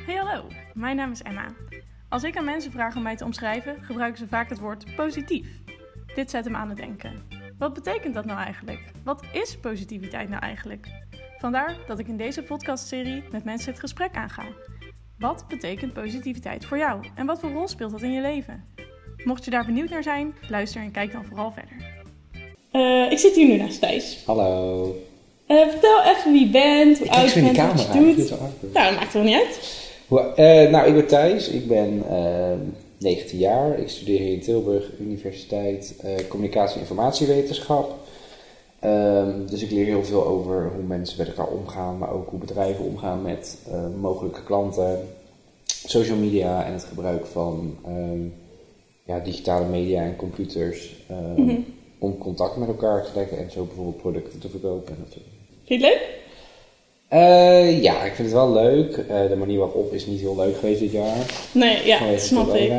Hey hallo, mijn naam is Emma. Als ik aan mensen vraag om mij te omschrijven, gebruiken ze vaak het woord positief. Dit zet hem aan het denken. Wat betekent dat nou eigenlijk? Wat is positiviteit nou eigenlijk? Vandaar dat ik in deze podcastserie met mensen het gesprek aanga. Wat betekent positiviteit voor jou? En wat voor rol speelt dat in je leven? Mocht je daar benieuwd naar zijn, luister en kijk dan vooral verder. Ik zit hier nu naast Thijs. Hallo. Vertel even wie je bent, hoe oud je bent, wat je doet. Nou, dat maakt er niet uit. Ik ben Thijs. Ik ben 19 jaar. Ik studeer hier in Tilburg Universiteit Communicatie- en Informatiewetenschap. Dus ik leer heel veel over hoe mensen met elkaar omgaan, maar ook hoe bedrijven omgaan met mogelijke klanten, social media en het gebruik van digitale media en computers om contact met elkaar te leggen en zo bijvoorbeeld producten te verkopen. Vind je het leuk? Ja, ik vind het wel leuk. De manier waarop is niet heel leuk geweest dit jaar. Nee, ja, dat snap ik.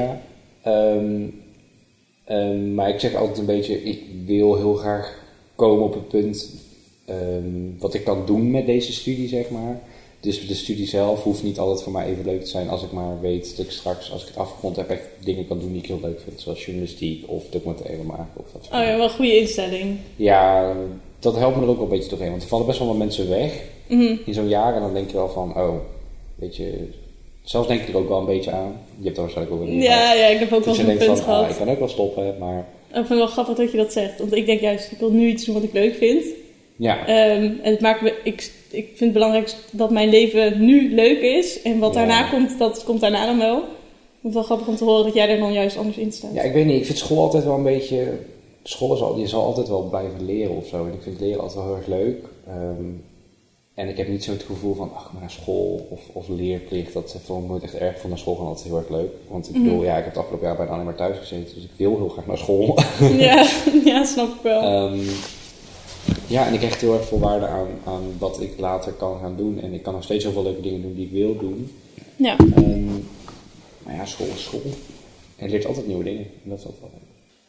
Maar ik zeg altijd een beetje, ik wil heel graag komen op het punt wat ik kan doen met deze studie, zeg maar. Dus de studie zelf hoeft niet altijd voor mij even leuk te zijn als ik maar weet dat ik straks, als ik het afgerond heb, echt dingen kan doen die ik heel leuk vind. Zoals journalistiek of documentaire maken of dat soort dingen. Ja, wel een goede instelling. Ja, dat helpt me er ook wel een beetje doorheen. Want er vallen best wel wat mensen weg in zo'n jaar. En dan denk je wel van, weet je, zelfs denk je er ook wel een beetje aan. Je hebt er waarschijnlijk ook wel niet Ja, ik heb ook wel zo'n punt gehad. Ik kan ook wel stoppen, maar... Ik vind het wel grappig dat je dat zegt. Want ik denk juist, ik wil nu iets doen wat ik leuk vind. Ja. En het maakt me, ik vind het belangrijk dat mijn leven nu leuk is. En wat daarna komt, dat komt daarna dan wel. Ik vind het wel grappig om te horen dat jij er dan juist anders in staat. Ja, ik weet niet. Ik vind school altijd wel een beetje... School je zal altijd wel blijven leren of zo. En ik vind leren altijd wel heel erg leuk. En ik heb niet zo het gevoel van, maar naar school of leerplicht, dat vond ik nooit echt erg. Ik vond naar school gewoon altijd heel erg leuk. Want ik bedoel, ik heb het afgelopen jaar bijna alleen maar thuis gezeten. Dus ik wil heel graag naar school. Ja, snap ik wel. En ik hecht heel erg veel waarde aan wat ik later kan gaan doen. En ik kan nog steeds zoveel leuke dingen doen die ik wil doen. Ja. Maar ja, school is school. En je leert altijd nieuwe dingen. En dat is altijd wel leuk.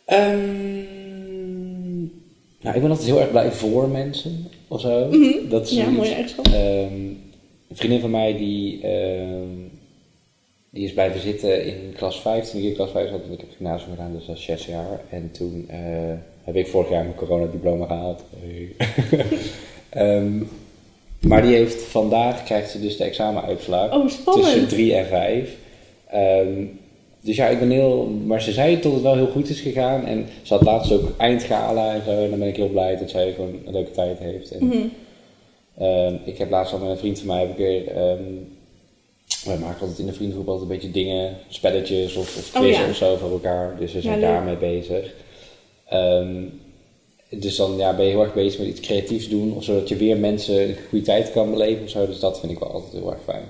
Ik ben altijd heel erg blij voor mensen of zo. Dat is mooie eigenschap. Een vriendin van mij die is blijven zitten in klas 5. Toen ik in klas 5 zat, ik heb het gymnasium gedaan, dus dat is 6 jaar. En toen heb ik vorig jaar mijn coronadiploma gehaald. Maar die heeft vandaag, krijgt ze dus de examenuitslag tussen 3 en 5. Dus ja, ik ben maar ze zei dat het wel heel goed is gegaan. En ze had laatst ook eindgala en zo. En dan ben ik heel blij dat zij gewoon een leuke tijd heeft. En, ik heb laatst al met een vriend van mij wij maken altijd in de vriendengroep altijd een beetje dingen, spelletjes of quizzen of zo voor elkaar. Dus we zijn daarmee bezig. Dus dan ben je heel erg bezig met iets creatiefs doen. Of zodat je weer mensen een goede tijd kan beleven of zo. Dus dat vind ik wel altijd heel erg fijn.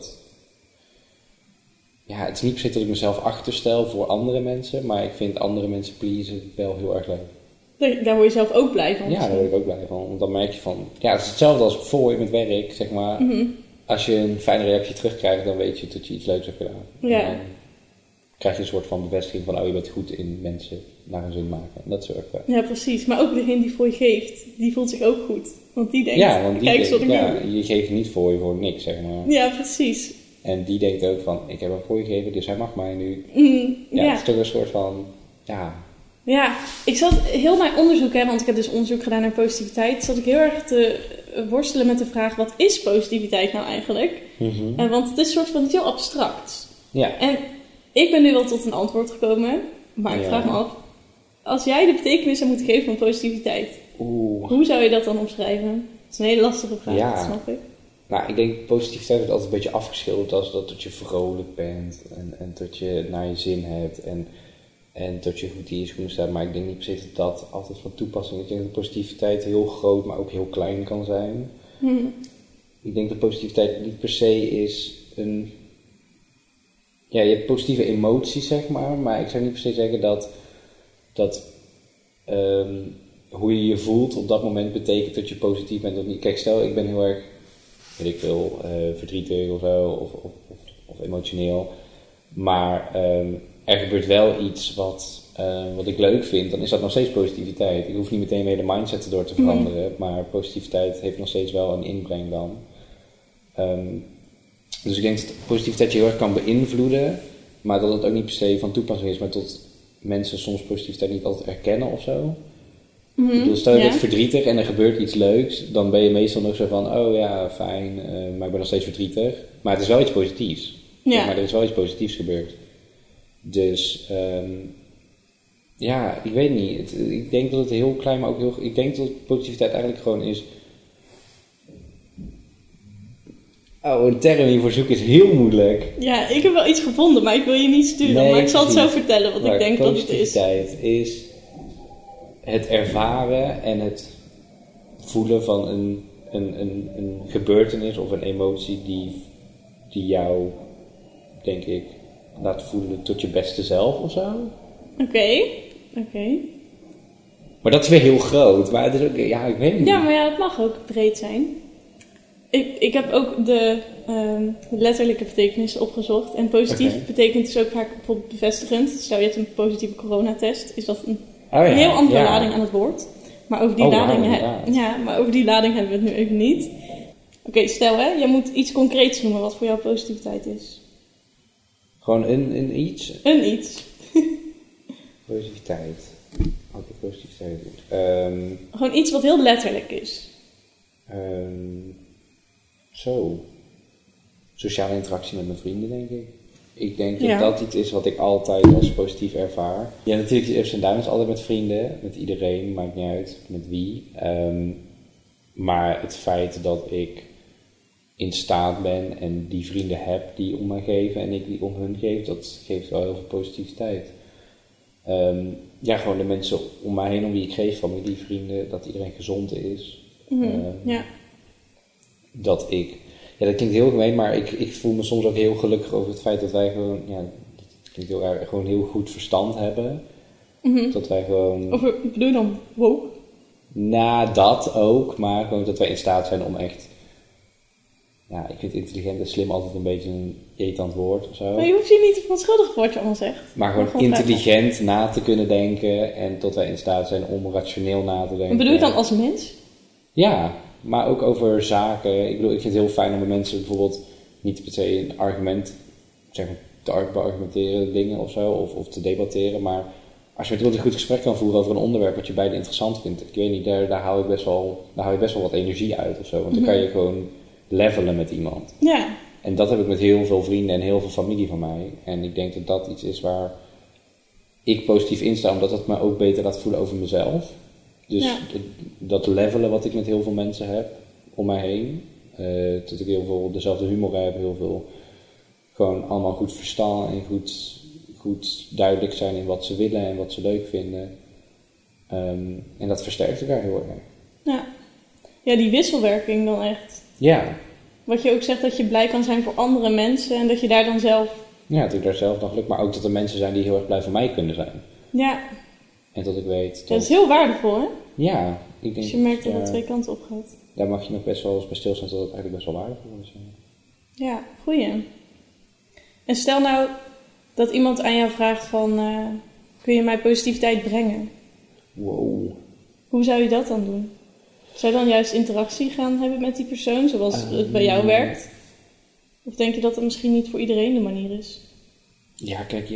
Het is niet per se dat ik mezelf achterstel voor andere mensen, maar ik vind andere mensen pleasen wel heel erg leuk. Daar word je zelf ook blij van? Ja, daar word ik ook blij van. Want dan merk je van, het is hetzelfde als bijvoorbeeld met werk, zeg maar. Als je een fijne reactie terugkrijgt, dan weet je dat je iets leuks hebt gedaan. Ja. En dan krijg je een soort van bevestiging van, je bent goed in mensen naar hun zin maken. En dat is heel erg fijn. Ja, precies. Maar ook degene die voor je geeft, die voelt zich ook goed. Want die denkt, kijk eens wat ik doe. Je geeft niet voor niks, zeg maar. Ja, precies. En die denkt ook van, ik heb hem voor je gegeven, dus hij mag mij nu. Het is toch een soort van, Ja, ik zat heel mijn onderzoek, want ik heb dus onderzoek gedaan naar positiviteit, zat ik heel erg te worstelen met de vraag, wat is positiviteit nou eigenlijk? Want het is een soort van heel abstract. Ja. En ik ben nu wel tot een antwoord gekomen, maar ik vraag me af, als jij de betekenis zou moeten geven van positiviteit, hoe zou je dat dan omschrijven? Dat is een hele lastige vraag, dat snap ik. Nou, ik denk positiviteit wordt altijd een beetje afgeschilderd als dat je vrolijk bent en dat je naar je zin hebt en dat je goed in je schoenen staat. Maar ik denk niet precies dat altijd van toepassing is. Ik denk dat positiviteit heel groot, maar ook heel klein kan zijn. Ik denk dat positiviteit niet per se is een... Ja, je hebt positieve emoties, zeg maar ik zou niet per se zeggen dat hoe je je voelt op dat moment betekent dat je positief bent of niet. Kijk, stel ik ben heel erg, weet ik veel, verdrietig of zo, of emotioneel. Maar er gebeurt wel iets wat ik leuk vind, dan is dat nog steeds positiviteit. Ik hoef niet meteen mijn hele mindset erdoor te veranderen, maar positiviteit heeft nog steeds wel een inbreng dan. Dus ik denk dat positiviteit je heel erg kan beïnvloeden, maar dat het ook niet per se van toepassing is, maar tot mensen soms positiviteit niet altijd erkennen of zo. Mm-hmm. Ik bedoel, stel je bent verdrietig en er gebeurt iets leuks, dan ben je meestal nog zo van, oh ja, fijn, maar ik ben nog steeds verdrietig. Maar het is wel iets positiefs. Ja. Maar er is wel iets positiefs gebeurd. Dus, ik weet niet. Ik denk dat het heel klein, maar ook heel... Ik denk dat positiviteit eigenlijk gewoon is... Oh, een term hiervoor zoeken is heel moeilijk. Ja, ik heb wel iets gevonden, maar ik wil je niet sturen. Nee, maar ik zal het zo vertellen wat ik denk dat het is. Positiviteit is het ervaren en het voelen van een gebeurtenis of een emotie die jou, denk ik, laat voelen tot je beste zelf of zo. Oké. Maar dat is weer heel groot. Maar het is ook, ik weet niet. Ja, maar het mag ook breed zijn. Ik heb ook de letterlijke betekenis opgezocht. En positief betekent dus ook vaak bijvoorbeeld bevestigend. Stel je hebt een positieve coronatest, is dat een heel andere lading aan het woord. Maar over die lading hebben we het nu even niet. Oké, stel je moet iets concreets noemen wat voor jou positiviteit is. Gewoon een iets? Een iets. Positiviteit. Wat is positiviteit? Gewoon iets wat heel letterlijk is. Sociale interactie met mijn vrienden, denk ik. Ik denk dat dat iets is wat ik altijd als positief ervaar. Ja, natuurlijk ups en downs altijd met vrienden, met iedereen, maakt niet uit met wie. Maar het feit dat ik in staat ben en die vrienden heb die om mij geven en ik die om hun geef, dat geeft wel heel veel positiviteit. Gewoon de mensen om mij heen, om wie ik geef, familie, vrienden, dat iedereen gezond is. Dat ik... Ja, dat klinkt heel gemeen, maar ik voel me soms ook heel gelukkig over het feit dat wij gewoon... Ja, dat klinkt heel erg, gewoon heel goed verstand hebben. Mm-hmm. Dat wij gewoon... Of bedoel je dan woke? Nou, dat ook, maar gewoon dat wij in staat zijn om echt... Ja, ik vind intelligent en slim altijd een beetje een irritant woord of zo. Maar je hoeft je niet te verontschuldigen voor wat je allemaal zegt. Maar gewoon intelligent na te kunnen denken en tot wij in staat zijn om rationeel na te denken. En bedoel je dan als mens? Ja, maar ook over zaken. Ik bedoel, ik vind het heel fijn om met mensen bijvoorbeeld niet per se een argument, zeg maar, te beargumenteren dingen of zo, of te debatteren, maar als je met iemand een goed gesprek kan voeren over een onderwerp wat je beide interessant vindt, ik weet niet, daar hou je best wel wat energie uit of zo, want dan kan je gewoon levelen met iemand. Ja. En dat heb ik met heel veel vrienden en heel veel familie van mij. En ik denk dat dat iets is waar ik positief in sta, omdat het me ook beter laat voelen over mezelf. Dus dat levelen wat ik met heel veel mensen heb om mij heen. Dat ik heel veel dezelfde humor heb, heel veel gewoon allemaal goed verstaan en goed duidelijk zijn in wat ze willen en wat ze leuk vinden. En dat versterkt elkaar heel erg. Ja, die wisselwerking dan echt. Ja. Wat je ook zegt, dat je blij kan zijn voor andere mensen en dat je daar dan zelf... Ja, dat ik daar zelf dan gelukkig, maar ook dat er mensen zijn die heel erg blij voor mij kunnen zijn. Ja. En dat ik weet... Dat is heel waardevol, hè? Ja. Ik denk dus je merkt dat het twee kanten op gaat. Daar mag je nog best wel eens bij stilstaan dat het eigenlijk best wel waardevol is. Ja, goeie. En stel nou dat iemand aan jou vraagt van... kun je mij positiviteit brengen? Wow. Hoe zou je dat dan doen? Zou je dan juist interactie gaan hebben met die persoon, zoals het bij jou werkt? Of denk je dat het misschien niet voor iedereen de manier is? Ja, kijk,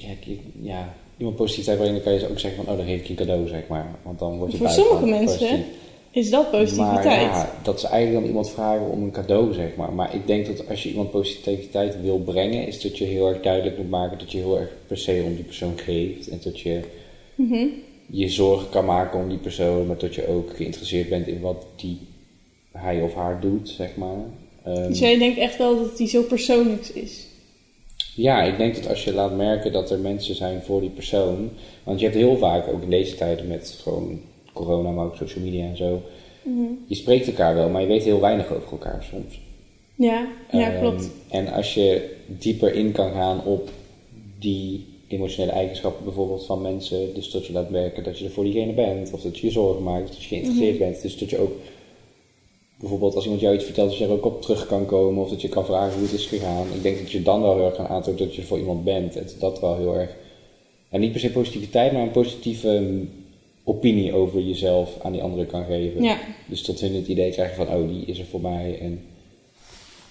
iemand positiviteit brengen, dan kan je ook zeggen van, dan geef ik je een cadeau, zeg maar. Want dan word je voor sommige mensen is dat positiviteit. Maar ja, dat is eigenlijk dan iemand vragen om een cadeau, zeg maar. Maar ik denk dat als je iemand positiviteit wil brengen, is dat je heel erg duidelijk moet maken dat je heel erg per se om die persoon geeft. En dat je je zorgen kan maken om die persoon, maar dat je ook geïnteresseerd bent in wat hij of haar doet, zeg maar. Dus jij denkt echt wel dat die zo persoonlijk is? Ja, ik denk dat als je laat merken dat er mensen zijn voor die persoon, want je hebt heel vaak, ook in deze tijden met gewoon corona, maar ook social media en zo, je spreekt elkaar wel, maar je weet heel weinig over elkaar soms. Ja, klopt. En als je dieper in kan gaan op die emotionele eigenschappen bijvoorbeeld van mensen, dus dat je laat merken dat je er voor diegene bent, of dat je je zorgen maakt, of dat je geïnteresseerd bent, dus dat je ook bijvoorbeeld als iemand jou iets vertelt, dat je er ook op terug kan komen, of dat je kan vragen hoe het is gegaan. Ik denk dat je dan wel heel erg kan aantonen dat je voor iemand bent, en dat wel heel erg, en niet per se positiviteit, maar een positieve opinie over jezelf aan die anderen kan geven. Ja. Dus tot hun het idee krijgen van, die is er voor mij, en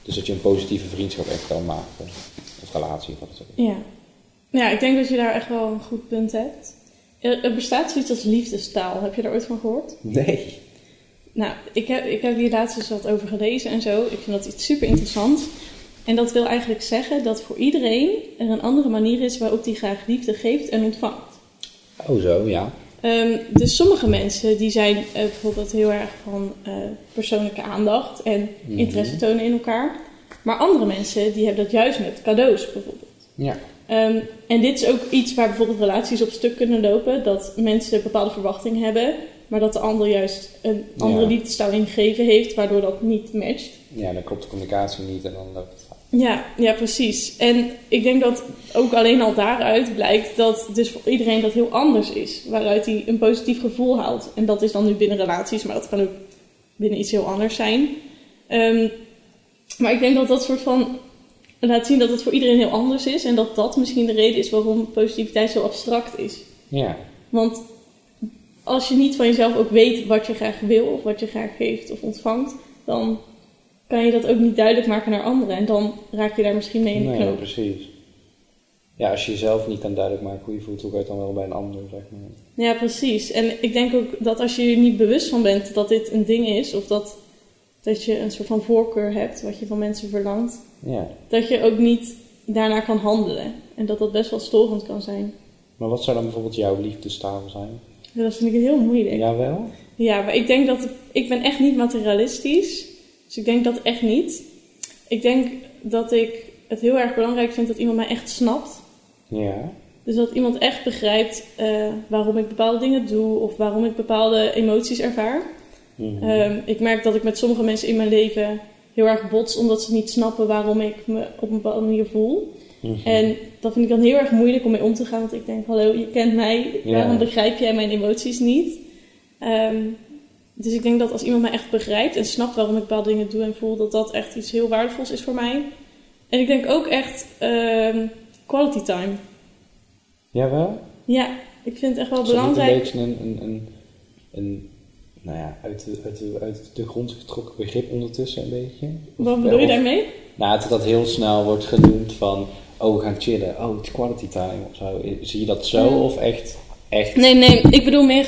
Dus dat je een positieve vriendschap echt kan maken. Of relatie, of wat het ook. Ja. Ja, ik denk dat je daar echt wel een goed punt hebt. Er bestaat zoiets als liefdestaal. Heb je daar ooit van gehoord? Nee. Nou, ik heb hier laatst eens wat over gelezen en zo. Ik vind dat iets super interessants. En dat wil eigenlijk zeggen dat voor iedereen er een andere manier is waarop die graag liefde geeft en ontvangt. Oh zo, ja. Dus sommige mensen die zijn bijvoorbeeld heel erg van persoonlijke aandacht en interesse tonen in elkaar. Maar andere mensen die hebben dat juist met cadeaus bijvoorbeeld. Ja. En dit is ook iets waar bijvoorbeeld relaties op stuk kunnen lopen. Dat mensen bepaalde verwachtingen hebben, maar dat de ander juist een andere liefdestaal ingegeven heeft, waardoor dat niet matcht. Ja, dan klopt de communicatie niet en dan loopt het fout. Ja, precies. En ik denk dat ook alleen al daaruit blijkt dat dus voor iedereen dat heel anders is. Waaruit hij een positief gevoel haalt. En dat is dan nu binnen relaties, maar dat kan ook binnen iets heel anders zijn. Maar ik denk dat dat soort van laat zien dat het voor iedereen heel anders is. En dat dat misschien de reden is waarom positiviteit zo abstract is. Ja. Want als je niet van jezelf ook weet wat je graag wil, of wat je graag geeft of ontvangt, dan kan je dat ook niet duidelijk maken naar anderen. En dan raak je daar misschien mee in de knoop. Nee, precies. Ja, als je jezelf niet kan duidelijk maken hoe je voelt, hoe kan je het dan wel bij een ander, zeg maar. Ja, precies. En ik denk ook dat als je er niet bewust van bent dat dit een ding is, of dat je een soort van voorkeur hebt, wat je van mensen verlangt, dat je ook niet daarna kan handelen. En dat dat best wel storend kan zijn. Maar wat zou dan bijvoorbeeld jouw liefdestaal zijn? Ja, dat vind ik heel moeilijk. Jawel? Ja, maar ik denk dat ik ben echt niet materialistisch. Dus ik denk dat echt niet. Ik denk dat ik het heel erg belangrijk vind dat iemand mij echt snapt. Ja. Dus dat iemand echt begrijpt waarom ik bepaalde dingen doe of waarom ik bepaalde emoties ervaar. Mm-hmm. Ik merk dat ik met sommige mensen in mijn leven heel erg bots omdat ze niet snappen waarom ik me op een bepaalde manier voel. Mm-hmm. En dat vind ik dan heel erg moeilijk om mee om te gaan. Want ik denk, hallo, je kent mij. Waarom begrijp jij mijn emoties niet? Dus ik denk dat als iemand mij echt begrijpt en snapt waarom ik bepaalde dingen doe en voel, dat dat echt iets heel waardevols is voor mij. En ik denk ook echt quality time. Jawel? Ja, ik vind het echt wel is belangrijk. Is dat niet een beetje nou ja, uit de grond getrokken begrip ondertussen een beetje? Wat bedoel je daarmee? Nou, dat heel snel wordt genoemd van, oh, we gaan chillen. Oh, het is quality time of zo. Zie je dat zo of echt? Nee, ik bedoel meer,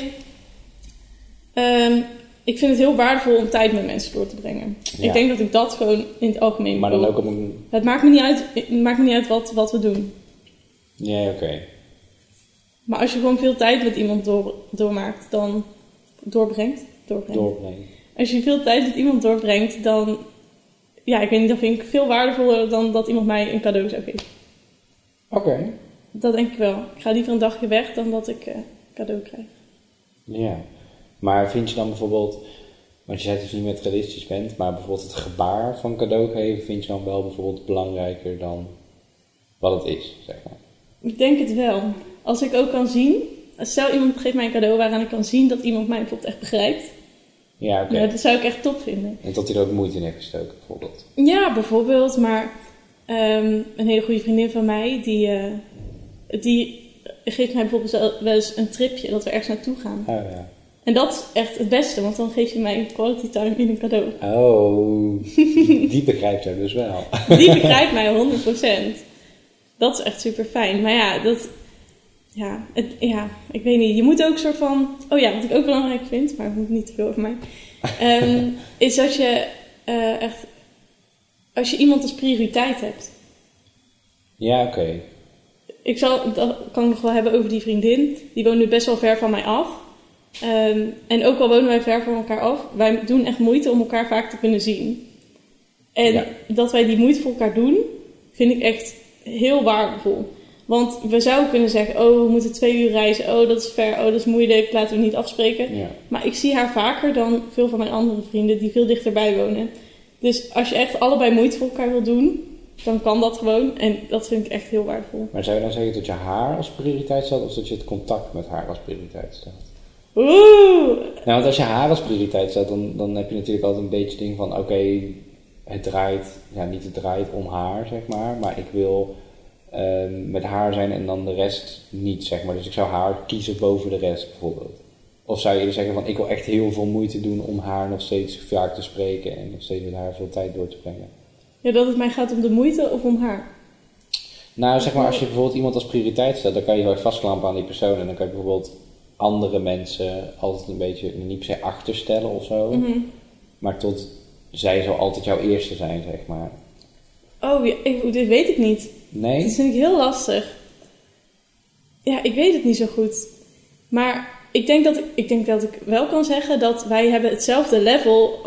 ik vind het heel waardevol om tijd met mensen door te brengen. Ja. Ik denk dat ik dat gewoon in het algemeen maar bedoel. Dan ook op een... Het maakt me niet uit wat we doen. Ja, oké. Maar als je gewoon veel tijd met iemand doormaakt, dan doorbrengt. Als je veel tijd met iemand doorbrengt, dan, ja, ik weet niet, dat vind ik veel waardevoller dan dat iemand mij een cadeau zou geven. Oké. Dat denk ik wel. Ik ga liever een dagje weg dan dat ik een cadeau krijg. Ja. Maar vind je dan bijvoorbeeld, want je zei dus niet met realistisch bent, maar bijvoorbeeld het gebaar van cadeau geven, vind je dan wel bijvoorbeeld belangrijker dan wat het is, zeg maar? Ik denk het wel. Als ik ook kan zien, stel iemand geeft mij een cadeau waaraan ik kan zien dat iemand mij bijvoorbeeld echt begrijpt. Ja, oké. Ja, dat zou ik echt top vinden. En dat hij er ook moeite in heeft gestoken, bijvoorbeeld. Ja, bijvoorbeeld, maar een hele goede vriendin van mij, die geeft mij bijvoorbeeld wel eens een tripje, dat we ergens naartoe gaan. Oh ja. En dat is echt het beste, want dan geef je mij een quality time in een cadeau. Oh, die begrijpt jou dus wel. Die begrijpt mij 100%. Dat is echt super fijn. Maar ja, ik weet niet. Je moet ook een soort van... Oh ja, wat ik ook belangrijk vind, maar het moet niet te veel over mij. Is dat je echt... Als je iemand als prioriteit hebt. Ja, oké. Dat kan ik nog wel hebben over die vriendin. Die woont nu best wel ver van mij af. En ook al wonen wij ver van elkaar af, wij doen echt moeite om elkaar vaak te kunnen zien. En dat wij die moeite voor elkaar doen, vind ik echt heel waardevol. Want we zouden kunnen zeggen, oh, we moeten 2 uur reizen. Oh, dat is ver. Oh, dat is moeilijk. Laten we het niet afspreken. Ja. Maar ik zie haar vaker dan veel van mijn andere vrienden die veel dichterbij wonen. Dus als je echt allebei moeite voor elkaar wil doen, dan kan dat gewoon. En dat vind ik echt heel waardevol. Maar zou je dan zeggen dat je haar als prioriteit stelt of dat je het contact met haar als prioriteit stelt? Oeh! Nou, want als je haar als prioriteit stelt, dan heb je natuurlijk altijd een beetje het ding van, oké, het draait om haar, zeg maar ik wil met haar zijn en dan de rest niet, zeg maar. Dus ik zou haar kiezen boven de rest, bijvoorbeeld. Of zou je zeggen van, ik wil echt heel veel moeite doen om haar nog steeds vaak te spreken en nog steeds met haar veel tijd door te brengen? Ja, dat het mij gaat om de moeite of om haar? Nou, zeg maar, als je bijvoorbeeld iemand als prioriteit stelt, dan kan je heel erg vastklampen aan die persoon. En dan kan je bijvoorbeeld andere mensen altijd een beetje, niet per se achterstellen of zo. Mm-hmm. Maar tot zij zal altijd jouw eerste zijn, zeg maar. Oh, ja, dit weet ik niet. Nee? Dat vind ik heel lastig. Ja, ik weet het niet zo goed. Maar ik denk dat ik wel kan zeggen dat wij hebben hetzelfde level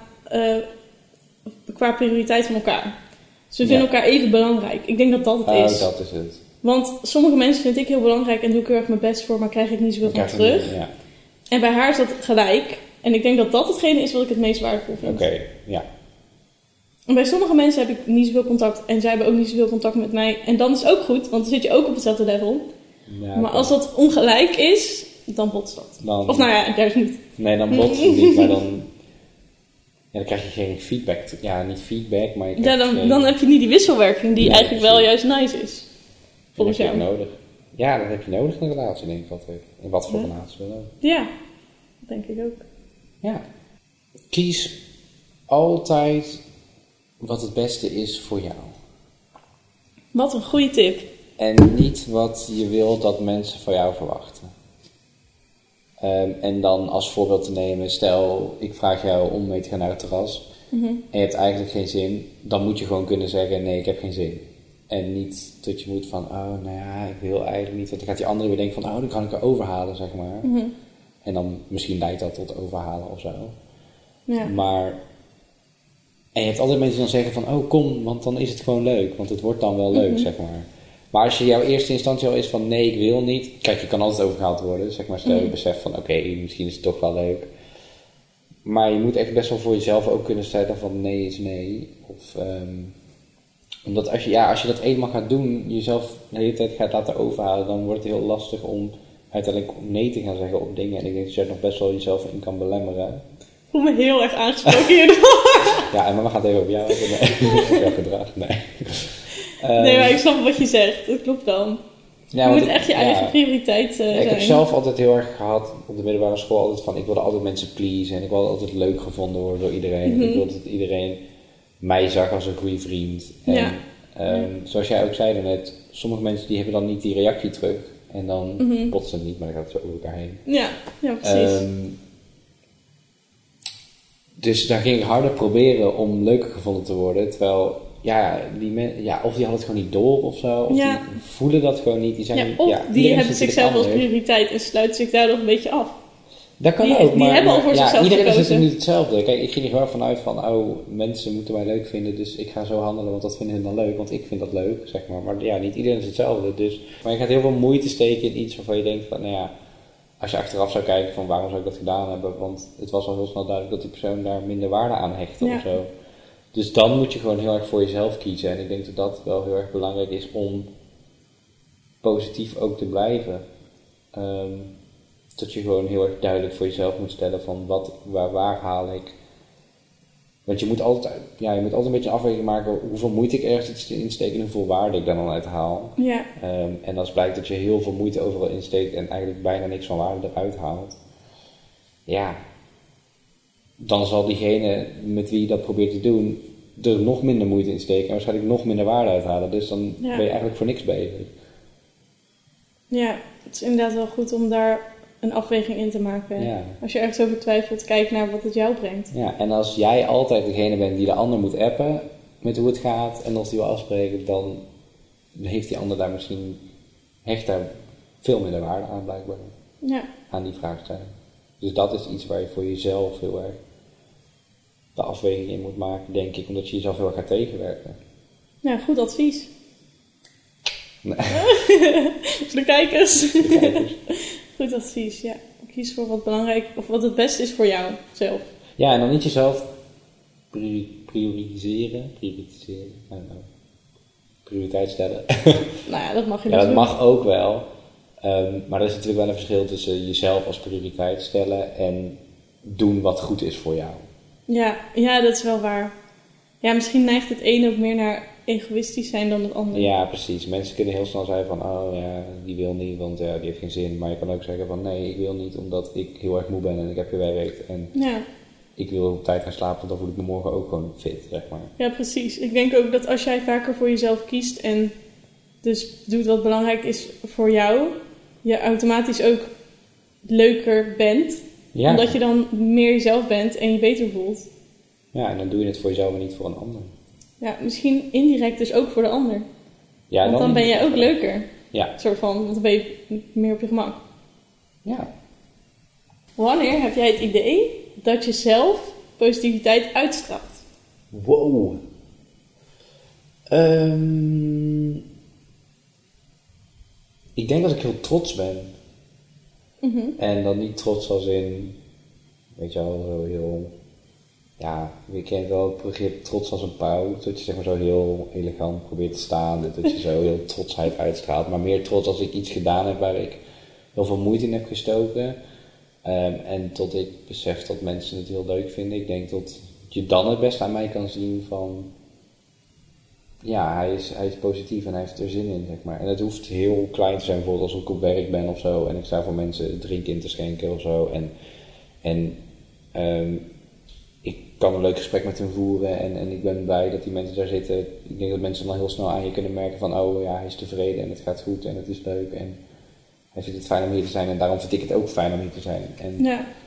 qua prioriteit van elkaar. Dus we vinden elkaar even belangrijk. Ik denk dat dat het is. Dat is het. Want sommige mensen vind ik heel belangrijk en doe ik heel erg mijn best voor, maar krijg ik niet zoveel van terug. Ja. En bij haar is dat gelijk. En ik denk dat dat hetgene is wat ik het meest waardevol vind. Oké, ja. En bij sommige mensen heb ik niet zoveel contact en zij hebben ook niet zoveel contact met mij. En dan is het ook goed, want dan zit je ook op hetzelfde level. Ja, maar als dat ongelijk is, dan botst dat. Of nou ja, juist niet. Nee, dan botst het niet, maar dan krijg je geen feedback. Ja, niet feedback, maar je krijgt dan heb je niet die wisselwerking die eigenlijk wel juist nice is. Volgens jou. Nodig. Ja, dat heb je nodig in een relatie, denk ik altijd. In wat voor relatie dan ook. Ja, dat denk ik ook. Ja. Kies altijd wat het beste is voor jou. Wat een goede tip. En niet wat je wil dat mensen van jou verwachten. En dan als voorbeeld te nemen, stel ik vraag jou om mee te gaan naar het terras. Mm-hmm. En je hebt eigenlijk geen zin. Dan moet je gewoon kunnen zeggen, nee, ik heb geen zin. En niet dat je moet van, oh, nou ja, ik wil eigenlijk niet. Want dan gaat die andere weer denken van, oh, dan kan ik er overhalen, zeg maar. Mm-hmm. En dan misschien leidt dat tot overhalen of zo. Ja. Maar, en je hebt altijd mensen die dan zeggen van, oh, kom, want dan is het gewoon leuk. Want het wordt dan wel leuk, zeg maar. Maar als je jouw eerste instantie al is van, nee, ik wil niet. Kijk, je kan altijd overgehaald worden. Zeg maar, stel je beseft van, oké, misschien is het toch wel leuk. Maar je moet echt best wel voor jezelf ook kunnen stellen van, nee is nee. Of, omdat als je dat eenmaal gaat doen, jezelf de hele tijd gaat laten overhalen, dan wordt het heel lastig om uiteindelijk nee te gaan zeggen op dingen. En ik denk dat je er nog best wel jezelf in kan belemmeren. Ik voel me heel erg aangesproken hierdoor. Ja, en we gaan het even over jou hebben. Over jouw gedrag, nee. Nee, maar ik snap wat je zegt. Dat klopt dan. Ja, je moet echt je eigen prioriteit zijn. Ik heb zelf altijd heel erg gehad op de middelbare school altijd van, ik wilde altijd mensen pleasen en ik wilde altijd leuk gevonden worden door iedereen. Mm-hmm. Ik wilde dat iedereen mij zag als een goede vriend. En zoals jij ook zei net, sommige mensen die hebben dan niet die reactie terug. En dan botsen het niet, maar dan gaat het zo over elkaar heen. Ja, precies. Dus daar ging ik harder proberen om leuker gevonden te worden. Terwijl, of die hadden het gewoon niet door of zo. Of die voelen dat gewoon niet. Die zijn, die hebben zichzelf als prioriteit en sluiten zich daardoor een beetje af. Dat kan ook, maar hebben al voor zichzelf iedereen is gekozen. natuurlijk niet hetzelfde. Kijk, ik ging er wel vanuit van, oh, mensen moeten mij leuk vinden, dus ik ga zo handelen, want dat vinden hun dan leuk, want ik vind dat leuk, zeg maar. Maar ja, niet iedereen is hetzelfde, dus. Maar je gaat heel veel moeite steken in iets waarvan je denkt van, nou ja, als je achteraf zou kijken van waarom zou ik dat gedaan hebben, want het was al heel snel duidelijk dat die persoon daar minder waarde aan hechtte of zo. Dus dan moet je gewoon heel erg voor jezelf kiezen. En ik denk dat dat wel heel erg belangrijk is om positief ook te blijven. Dat je gewoon heel erg duidelijk voor jezelf moet stellen van waar haal ik. Want je moet altijd een beetje een afweging maken hoeveel moeite ik ergens insteek en hoeveel waarde ik daar dan uit haal. Ja. En als blijkt dat je heel veel moeite overal insteekt en eigenlijk bijna niks van waarde eruit haalt. Ja, dan zal diegene met wie je dat probeert te doen er nog minder moeite in steken en waarschijnlijk nog minder waarde uithalen. Dus dan ben je eigenlijk voor niks bezig. Ja, het is inderdaad wel goed om daar een afweging in te maken. Ja. Als je ergens over twijfelt, kijk naar wat het jou brengt. Ja, en als jij altijd degene bent die de ander moet appen met hoe het gaat en als die wil afspreken, dan heeft die ander daar misschien, hecht daar veel minder waarde aan blijkbaar. Ja. Aan die vraagstelling. Dus dat is iets waar je voor jezelf heel erg de afweging in moet maken, denk ik, omdat je jezelf heel erg gaat tegenwerken. Ja, goed advies. Nee. Voor de kijkers. Goed advies, ja. Kies voor wat belangrijk, of wat het beste is voor jou zelf. Ja, en dan niet jezelf prioritiseren. Prioriteit stellen. Nou ja, dat mag je ja, dat mag ook wel. Maar er is natuurlijk wel een verschil tussen jezelf als prioriteit stellen en doen wat goed is voor jou. Ja, dat is wel waar. Ja, misschien neigt het een ook meer naar egoïstisch zijn dan het ander. Ja, precies. Mensen kunnen heel snel zeggen van, oh ja, die wil niet, want ja, die heeft geen zin. Maar je kan ook zeggen van, nee, ik wil niet omdat ik heel erg moe ben en ik heb gewerkt. En ik wil op tijd gaan slapen, dan voel ik me morgen ook gewoon fit, zeg maar. Ja, precies. Ik denk ook dat als jij vaker voor jezelf kiest en dus doet wat belangrijk is voor jou, je automatisch ook leuker bent. Ja. Omdat je dan meer jezelf bent en je beter voelt. Ja, en dan doe je het voor jezelf en niet voor een ander. Ja, misschien indirect dus ook voor de ander. Ja, want dan ben jij ook leuker. Ja. Soort van, want dan ben je meer op je gemak. Ja. Wanneer heb jij het idee dat je zelf positiviteit uitstraalt? Wow. Ik denk dat ik heel trots ben. Mm-hmm. En dan niet trots als in, weet je wel, zo heel... Ja, je kent wel het begrip trots als een pauw. Dat je zeg maar zo heel elegant probeert te staan. Dat je zo heel trotsheid uitstraalt. Maar meer trots als ik iets gedaan heb waar ik heel veel moeite in heb gestoken. En tot ik besef dat mensen het heel leuk vinden. Ik denk dat je dan het best aan mij kan zien van... Ja, hij is positief en hij heeft er zin in, zeg maar. En het hoeft heel klein te zijn, bijvoorbeeld als ik op werk ben of zo. En ik sta voor mensen drinken in te schenken of zo. En ik kan een leuk gesprek met hen voeren en ik ben blij dat die mensen daar zitten. Ik denk dat mensen dan heel snel aan je kunnen merken van, oh ja, hij is tevreden en het gaat goed en het is leuk en hij vindt het fijn om hier te zijn en daarom vind ik het ook fijn om hier te zijn. En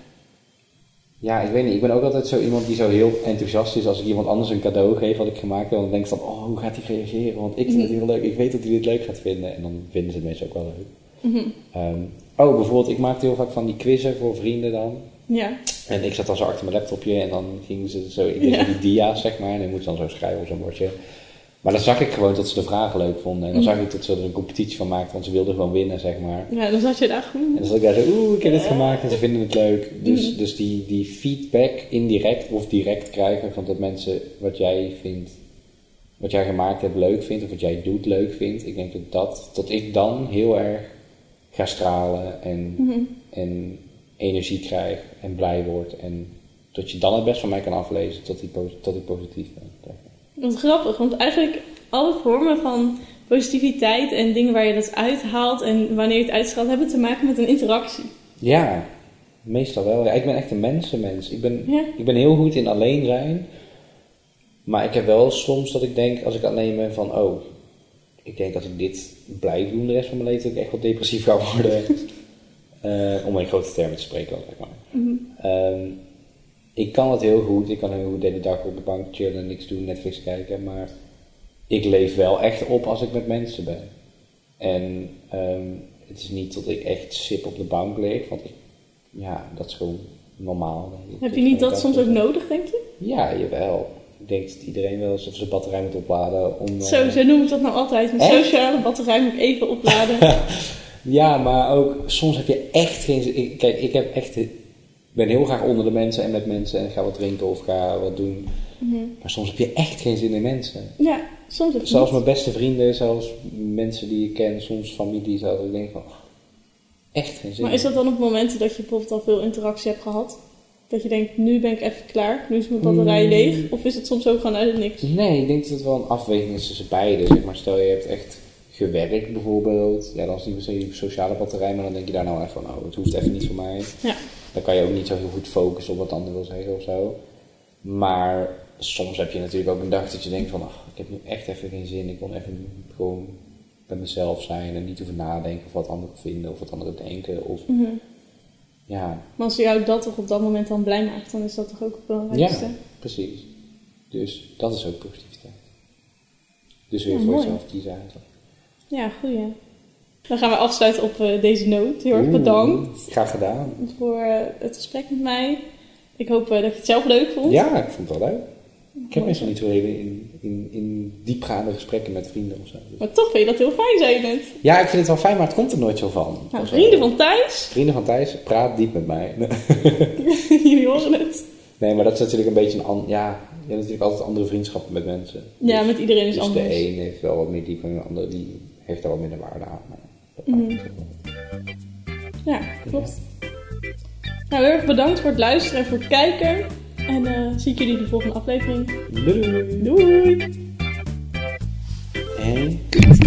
ja, ik weet niet, ik ben ook altijd zo iemand die zo heel enthousiast is als ik iemand anders een cadeau geef wat ik gemaakt heb. Dan denk ik van, oh, hoe gaat hij reageren? Want ik vind het heel leuk, ik weet dat hij dit leuk gaat vinden en dan vinden ze het meestal ook wel leuk. Mm-hmm. Bijvoorbeeld, ik maakte heel vaak van die quizzen voor vrienden dan. Ja. En ik zat dan zo achter mijn laptopje en dan gingen ze zo in die dia's, zeg maar. En dan moest dan zo schrijven op zo'n bordje. Maar dan zag ik gewoon dat ze de vragen leuk vonden. En dan zag ik dat ze er een competitie van maakten, want ze wilden gewoon winnen, zeg maar. Ja, dan zat je daar gewoon. En dan zat ik daar zo, ik heb dit gemaakt en ze vinden het leuk. Dus die feedback indirect of direct krijgen van dat mensen wat jij vindt, wat jij gemaakt hebt leuk vindt, of wat jij doet leuk vindt. Ik denk dat ik dan heel erg ga stralen en energie krijg en blij word. En dat je dan het best van mij kan aflezen tot ik positief ben. Dat is grappig, want eigenlijk alle vormen van positiviteit en dingen waar je dat uithaalt en wanneer je het uitstraalt, hebben te maken met een interactie. Ja, meestal wel. Ja, ik ben echt een mensenmens. Ik ben heel goed in alleen zijn, maar ik heb wel soms dat ik denk, als ik alleen ben van, oh, ik denk als ik dit blijf doen de rest van mijn leven, dat ik echt wel depressief ga worden. Om in grote termen te spreken. Zeg maar. Mm-hmm. Ik kan het heel goed. Ik kan heel goed de hele dag op de bank chillen en niks doen, Netflix kijken. Maar ik leef wel echt op als ik met mensen ben. En het is niet dat ik echt sip op de bank lig. Want dat is gewoon normaal. Heb je niet dat soms ook nodig, denk je? Ja, jawel. Ik denk dat iedereen wel eens of zijn batterij moet opladen. Zo noem ik dat nou altijd. Mijn sociale batterij moet ik even opladen. Ja, maar ook soms heb je echt geen zin. Kijk, ik ben heel graag onder de mensen en met mensen en ga wat drinken of ga wat doen. Mm-hmm. Maar soms heb je echt geen zin in mensen. Ja, soms heb je zelfs mijn beste vrienden, zelfs mensen die ik ken, soms familie, zelfs. Ik denk van, echt geen zin. Maar is dat dan op momenten dat je bijvoorbeeld al veel interactie hebt gehad? Dat je denkt, nu ben ik even klaar, nu is mijn batterij leeg? Of is het soms ook gewoon uit het niks? Nee, ik denk dat het wel een afweging is tussen beide. Zeg maar, stel je hebt echt gewerkt bijvoorbeeld, ja, dan is het niet per se sociale batterij, maar dan denk je daar nou even van, oh, het hoeft even niet voor mij. Ja. Dan kan je ook niet zo heel goed focussen op wat de ander wil zeggen of zo. Maar soms heb je natuurlijk ook een dag dat je denkt van, ach, ik heb nu echt even geen zin, ik wil even gewoon bij mezelf zijn en niet hoeven nadenken of wat anderen vinden of wat anderen denken. Of, ja. Maar als jou dat toch op dat moment dan blij maakt, dan is dat toch ook het belangrijkste? Ja, precies. Dus dat is ook positiviteit. Dus weer voor jezelf kiezen eigenlijk. Ja, goeie. Dan gaan we afsluiten op deze noot. Heel erg bedankt. Graag gedaan. Voor het gesprek met mij. Ik hoop dat je het zelf leuk vond. Ja, ik vond het wel leuk. Ik heb meestal niet zo even in diepgaande gesprekken met vrienden of zo. Dus. Maar toch vind je dat heel fijn, zei je net. Ja, ik vind het wel fijn, maar het komt er nooit zo van. Nou, vrienden van Thijs. Vrienden van Thijs, praat diep met mij. Jullie horen het. Nee, maar dat is natuurlijk een beetje een... Ja, je hebt natuurlijk altijd andere vriendschappen met mensen. Ja, dus, met iedereen is anders. Dus de een heeft wel wat meer diep en de ander die heeft daar wat minder waarde aan. Ja, klopt. Nou, heel erg bedankt voor het luisteren en voor het kijken. En zie ik jullie in de volgende aflevering. Doei! Doei! En kut.